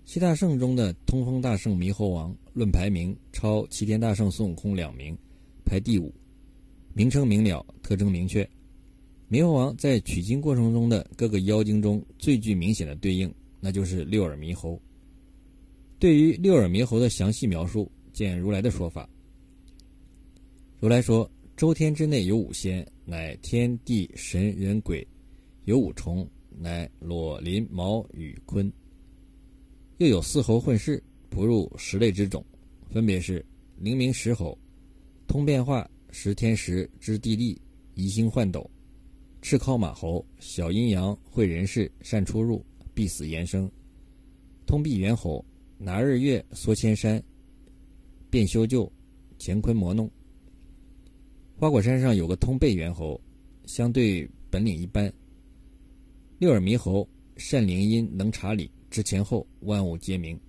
七大圣中的通风大圣猕猴王论排名超齐天大圣孙悟空2名，排第5，名称明了，特征明确。猕猴王在取经过程中的各个妖精中最具明显的对应，那就是六耳猕猴。对于六耳猕猴的详细描述，见如来的说法。如来说，周天之内有5仙，乃天地神人鬼；有5虫，乃裸麟毛羽鲲。又有4猴混世，不入10类之种，分别是灵明石猴、通变化、识天时、知地利、移星换斗、赤尻马猴、小阴阳、会人事、善出入、必死延生、通臂猿猴、拿日月、缩千山、变修旧、乾坤魔弄。花果山上有个通背猿猴，相对本领一般。六耳猕猴善灵音，能察理，知前后，万物皆明。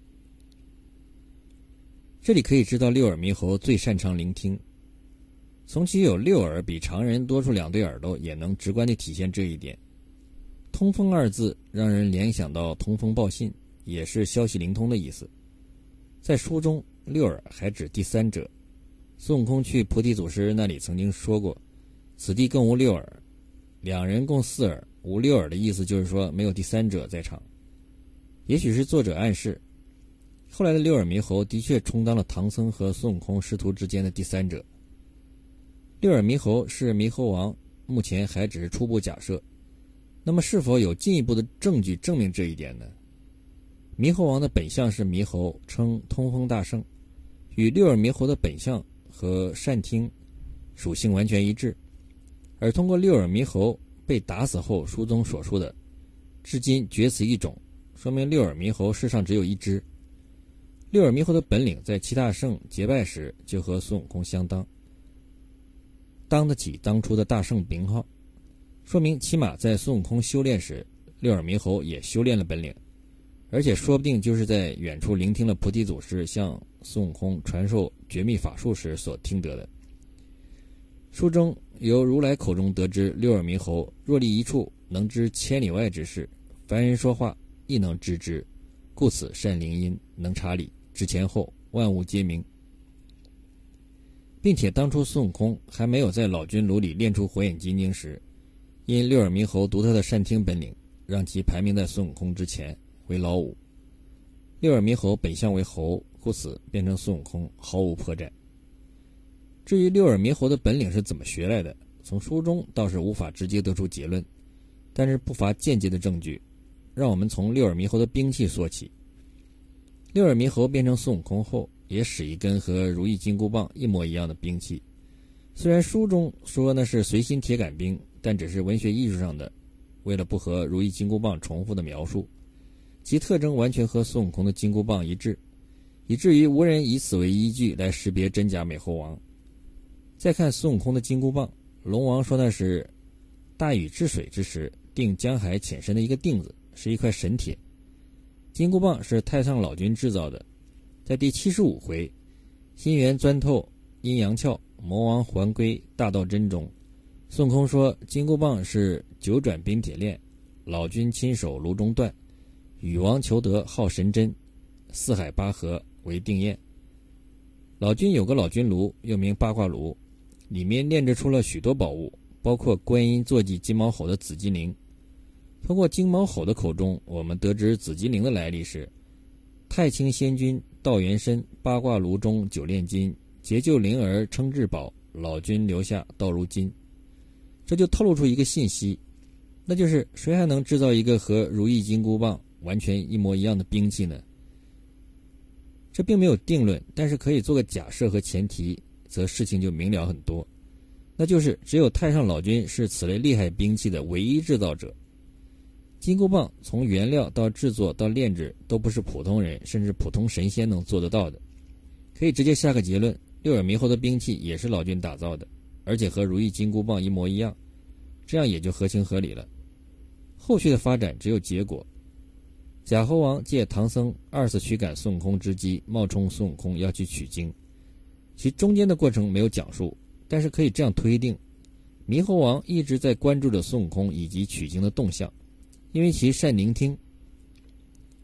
这里可以知道六耳猕猴最擅长聆听，从其有6耳比常人多出2对耳朵，也能直观地体现这一点。通风2字让人联想到通风报信，也是消息灵通的意思。在书中6耳还指第3者，孙悟空去菩提祖师那里曾经说过，此地更无6耳，2人共4耳，无6耳的意思就是说没有第3者在场。也许是作者暗示，后来的六耳猕猴的确充当了唐僧和孙悟空师徒之间的第3者。六耳猕猴是猕猴王，目前还只是初步假设，那么是否有进一步的证据证明这一点呢？猕猴王的本相是猕猴，称通风大圣，与六耳猕猴的本相和善听属性完全一致。而通过六耳猕猴被打死后书中所述的至今绝此一种，说明六耳猕猴世上只有1只。六耳猕猴的本领在七大圣结拜时就和孙悟空相当，当得起当初的大圣名号，说明起码在孙悟空修炼时，六耳猕猴也修炼了本领，而且说不定就是在远处聆听了菩提祖师向孙悟空传授绝密法术时所听得的。书中由如来口中得知，六耳猕猴若立一处，能知千里外之事，凡人说话亦能知之，故此善灵音，能察理，知前后，万物皆明。并且当初孙悟空还没有在老君炉里练出火眼金睛时，因六耳猕猴独特的善听本领，让其排名在孙悟空之前，为老五。六耳猕猴本相为猴，故此变成孙悟空毫无破绽。至于六耳猕猴的本领是怎么学来的，从书中倒是无法直接得出结论，但是不乏间接的证据。让我们从六耳猕猴的兵器说起。六耳猕猴变成孙悟空后，也使一根和如意金箍棒一模一样的兵器。虽然书中说那是随心铁杆兵，但只是文学艺术上的，为了不和如意金箍棒重复的描述，其特征完全和孙悟空的金箍棒一致，以至于无人以此为依据来识别真假美猴王。再看孙悟空的金箍棒，龙王说那是大禹治水之时定江海浅深的一个锭子，是一块神铁。金箍棒是太上老君制造的，在第75回心源钻透阴阳窍，魔王还归大道真中，孙悟空说金箍棒是九转冰铁链，老君亲手炉中断，禹王求得号神针，四海八河为定验。老君有个老君炉，又名八卦炉，里面炼制出了许多宝物，包括观音坐骑金毛吼的紫金铃。通过金毛吼的口中，我们得知紫金铃的来历是太清仙君道元身八卦炉中九炼金，结就灵儿称至宝，老君留下到如今。这就透露出一个信息，那就是谁还能制造一个和如意金箍棒完全一模一样的兵器呢？这并没有定论，但是可以做个假设和前提，则事情就明了很多。那就是只有太上老君是此类厉害兵器的唯一制造者。金箍棒从原料到制作到炼制都不是普通人甚至普通神仙能做得到的，可以直接下个结论，六耳猕猴的兵器也是老君打造的，而且和如意金箍棒一模一样，这样也就合情合理了。后续的发展只有结果。假猴王借唐僧2次驱赶孙悟空之机，冒充孙悟空要去取经，其中间的过程没有讲述，但是可以这样推定，猕猴王一直在关注着孙悟空以及取经的动向，因为其善聆听。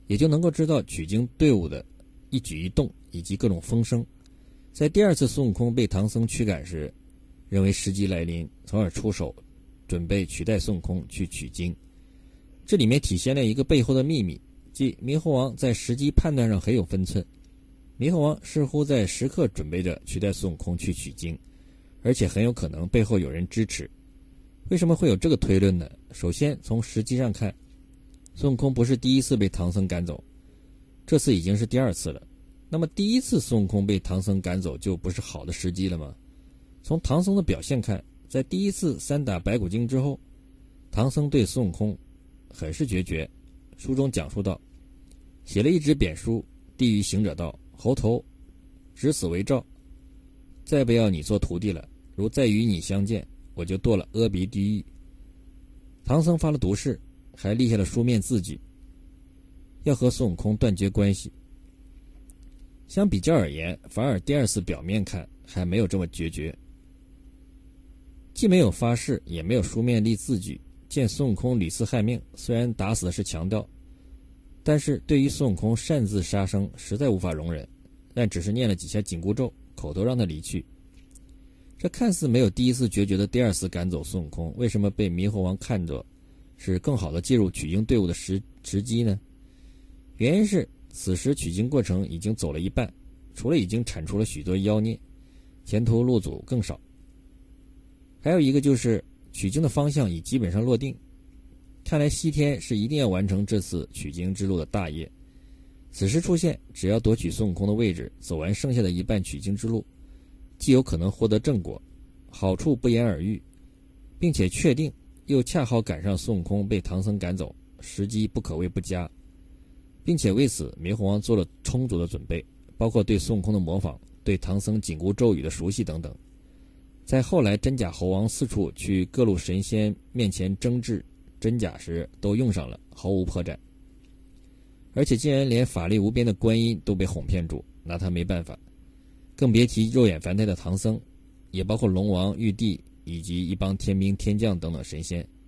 也就能够知道取经队伍的一举一动以及各种风声。在第二次孙悟空被唐僧驱赶时，认为时机来临，从而出手准备取代孙悟空去取经。这里面体现了一个背后的秘密，即猕猴王在时机判断上很有分寸。猕猴王似乎在时刻准备着取代孙悟空去取经，而且很有可能背后有人支持。为什么会有这个推论呢？首先从时机上看，孙悟空不是第一次被唐僧赶走，这次已经是第二次了。那么第一次孙悟空被唐僧赶走就不是好的时机了吗？从唐僧的表现看，在第一次3打白骨精之后，唐僧对孙悟空很是决绝。书中讲述到，写了一纸贬书，递于行者道：猴头，只此为诏，再不要你做徒弟了，如再与你相见，我就堕了阿鼻地狱。唐僧发了毒誓，还立下了书面字据，要和孙悟空断绝关系。相比较而言，反而第二次表面看还没有这么决绝，既没有发誓，也没有书面立字据。见孙悟空屡次害命，虽然打死的是强盗，但是对于孙悟空擅自杀生实在无法容忍，但只是念了几下紧箍咒，口头让他离去。这看似没有第一次决绝的第二次赶走孙悟空，为什么被猕猴王看作是更好的介入取经队伍的时机呢？原因是此时取经过程已经走了一半，除了已经铲除了许多妖孽，前途路阻更少。还有一个就是取经的方向已基本上落定，看来西天是一定要完成这次取经之路的大业。此时出现，只要夺取孙悟空的位置，走完剩下的一半取经之路，既有可能获得正果，好处不言而喻，并且确定又恰好赶上孙悟空被唐僧赶走，时机不可谓不佳，并且为此猕猴王做了充足的准备，包括对孙悟空的模仿，对唐僧紧箍咒语的熟悉等等。在后来真假猴王四处去各路神仙面前争执真假时都用上了，毫无破绽。而且竟然连法力无边的观音都被哄骗住，拿他没办法，更别提肉眼凡胎的唐僧，也包括龙王、玉帝以及一帮天兵天将等等神仙。